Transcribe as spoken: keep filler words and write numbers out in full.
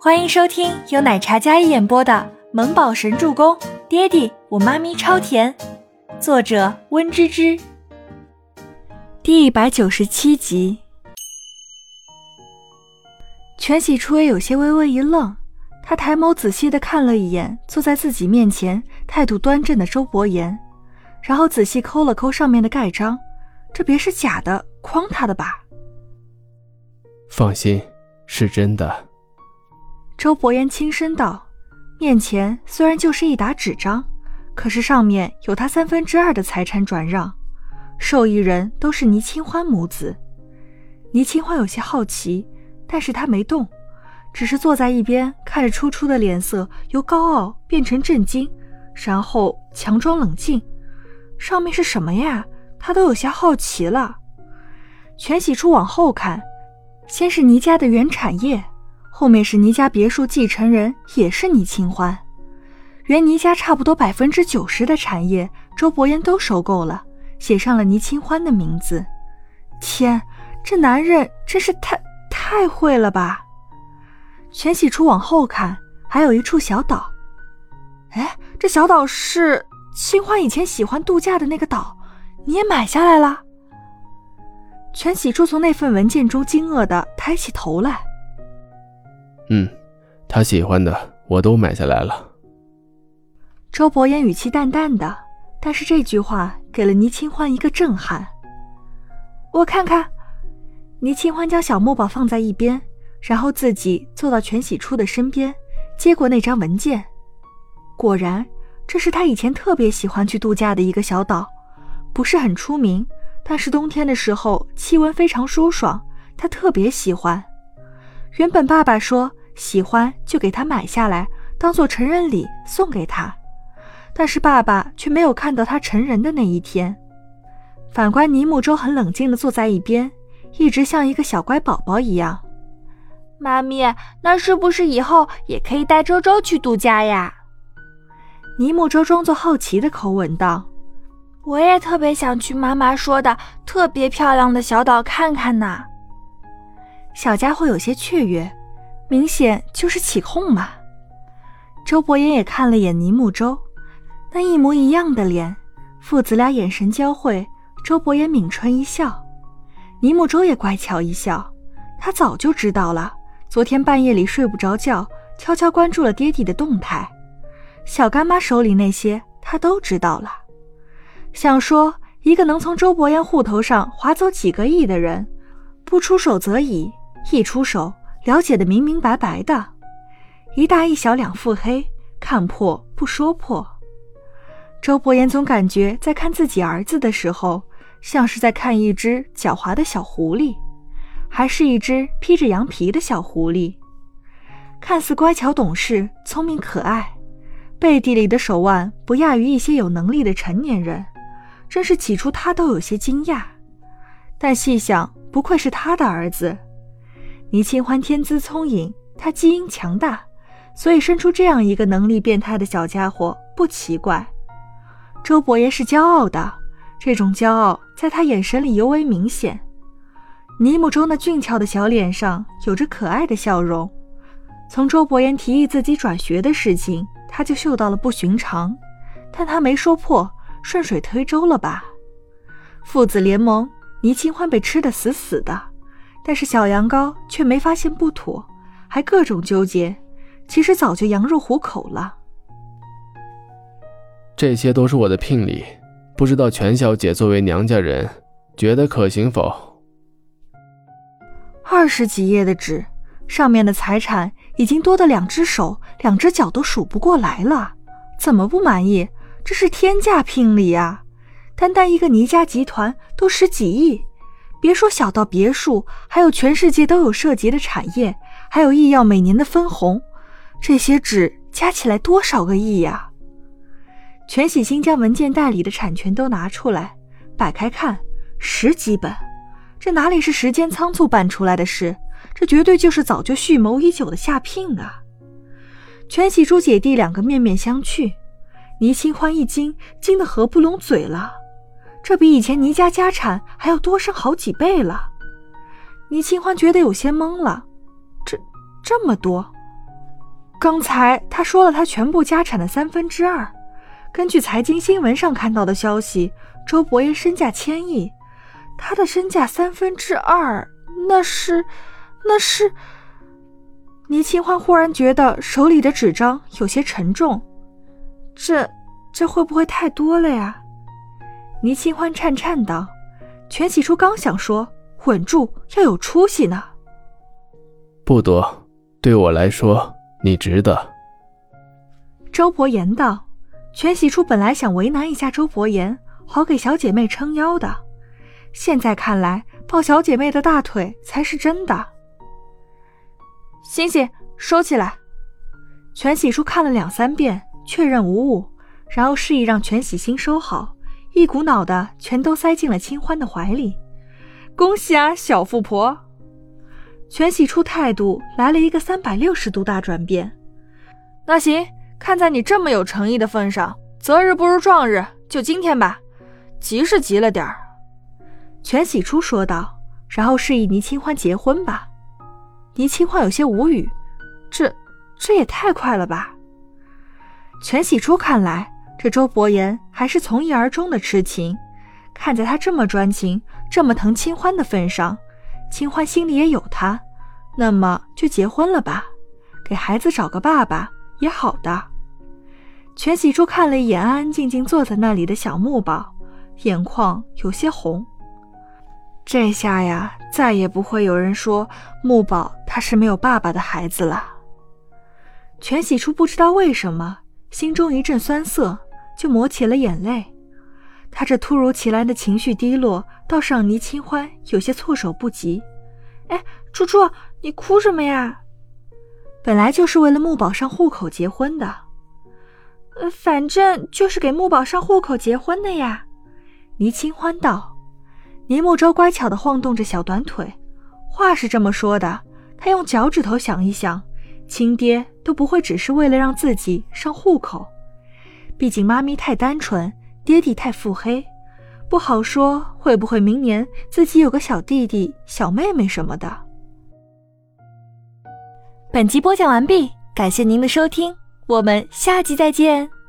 欢迎收听由奶茶嘉一演播的《萌宝神助攻》，爹地我妈咪超甜，作者温芝芝。第一百九十七集。全喜初也有些微微一愣，他抬眸仔细地看了一眼坐在自己面前态度端正的周伯言，然后仔细抠了抠上面的盖章，这别是假的诓他的吧？ 放心，是真的。 周伯言轻声道，面前虽然就是一沓纸张，可是上面有他三分之二的财产转让，受益人都是倪清欢母子。倪清欢有些好奇，但是他没动，只是坐在一边看着初初的脸色由高傲变成震惊，然后强装冷静。上面是什么呀？他都有些好奇了。全喜初往后看，先是倪家的原产业，后面是倪家别墅继承人也是倪清欢。原倪家差不多百分之九十的产业周伯言都收购了，写上了倪清欢的名字。天，这男人真是太太会了吧。全喜初往后看，还有一处小岛。哎，这小岛是清欢以前喜欢度假的那个岛，你也买下来了？全喜初从那份文件中惊愕地抬起头来。 嗯，他喜欢的我都买下来了。 周伯言语气淡淡的，但是这句话给了倪清欢一个震撼。我看看。倪清欢将小墨宝放在一边，然后自己坐到全喜初的身边，接过那张文件。果然，这是他以前特别喜欢去度假的一个小岛，不是很出名，但是冬天的时候气温非常舒爽，他特别喜欢。原本爸爸说喜欢就给他买下来，当做成人礼送给他，但是爸爸却没有看到他成人的那一天。反观倪木舟很冷静地坐在一边，一直像一个小乖宝宝一样。 妈咪，那是不是以后也可以带周周去度假呀？ 倪木舟装作好奇的口吻道。 我也特别想去妈妈说的特别漂亮的小岛看看呢。 小家伙有些雀跃，明显就是起哄嘛。周伯言也看了眼倪木舟，那一模一样的脸，父子俩眼神交汇，周伯言抿唇一笑，倪木舟也乖巧一笑。他早就知道了，昨天半夜里睡不着觉，悄悄关注了爹地的动态，小干妈手里那些他都知道了。想说一个能从周伯言户头上划走几个亿的人，不出手则已，一出手了解得明明白白的，一大一小两腹黑，看破不说破。周伯言总感觉在看自己儿子的时候，像是在看一只狡猾的小狐狸，还是一只披着羊皮的小狐狸。看似乖巧懂事，聪明可爱，背地里的手腕不亚于一些有能力的成年人，真是起初他都有些惊讶。但细想，不愧是他的儿子。倪清欢天资聪颖，他基因强大，所以生出这样一个能力变态的小家伙不奇怪。周伯言是骄傲的，这种骄傲在他眼神里尤为明显。倪木舟那俊俏的小脸上有着可爱的笑容，从周伯言提议自己转学的事情，他就嗅到了不寻常，但他没说破，顺水推舟了吧。父子联盟，倪清欢被吃得死死的，但是小羊羔却没发现不妥，还各种纠结，其实早就羊入虎口了。 这些都是我的聘礼，不知道全小姐作为娘家人觉得可行否？ 二十几页的纸，上面的财产已经多得两只手两只脚都数不过来了，怎么不满意？这是天价聘礼啊！单单一个倪家集团都十几亿，别说小到别墅，还有全世界都有涉及的产业，还有医药每年的分红，这些纸加起来多少个亿呀？全喜新将文件袋里的产权都拿出来摆开看，十几本，这哪里是时间仓促办出来的事，这绝对就是早就蓄谋已久的下聘啊！全喜初姐弟两个面面相觑，倪清欢一惊，惊得合不拢嘴了，这比以前倪家家产还要多升好几倍了。倪清欢觉得有些懵了，这这么多， 刚才他说了他全部家产的三分之二。根据财经新闻上看到的消息，周伯言身价千亿，他的身价三分之二，那是那是倪清欢忽然觉得手里的纸张有些沉重，这这会不会太多了呀？倪清欢颤颤道。全喜初刚想说稳住，要有出息呢。 不多，对我来说你值得。 周伯言道。全喜初本来想为难一下周伯言，好给小姐妹撑腰的，现在看来抱小姐妹的大腿才是真的。星星，收起来。全喜初看了两三遍，确认无误，然后示意让全喜星收好，一股脑的全都塞进了清欢的怀里。恭喜啊，小富婆！全喜初态度来了一个三百六十度大转变。那行，看在你这么有诚意的份上，择日不如撞日，就今天吧。急是急了点儿。全喜初说道，然后示意倪清欢结婚吧。倪清欢有些无语，这这也太快了吧。全喜初看来，这周伯言还是从一而终的痴情，看在他这么专情，这么疼清欢的份上，清欢心里也有他，那么就结婚了吧，给孩子找个爸爸也好的。全喜初看了一眼安安静静坐在那里的小木宝，眼眶有些红。这下呀，再也不会有人说木宝他是没有爸爸的孩子了。全喜初不知道为什么，心中一阵酸涩，就抹起了眼泪。他这突如其来的情绪低落，倒是让倪清欢有些措手不及。哎，初初，你哭什么呀？本来就是为了木宝上户口结婚的。呃，反正就是给木宝上户口结婚的呀。倪清欢道。倪木舟乖巧地晃动着小短腿，话是这么说的，他用脚趾头想一想，亲爹都不会只是为了让自己上户口，毕竟妈咪太单纯，爹地太腹黑，不好说会不会明年自己有个小弟弟小妹妹什么的。 本集播讲完毕，感谢您的收听，我们下集再见。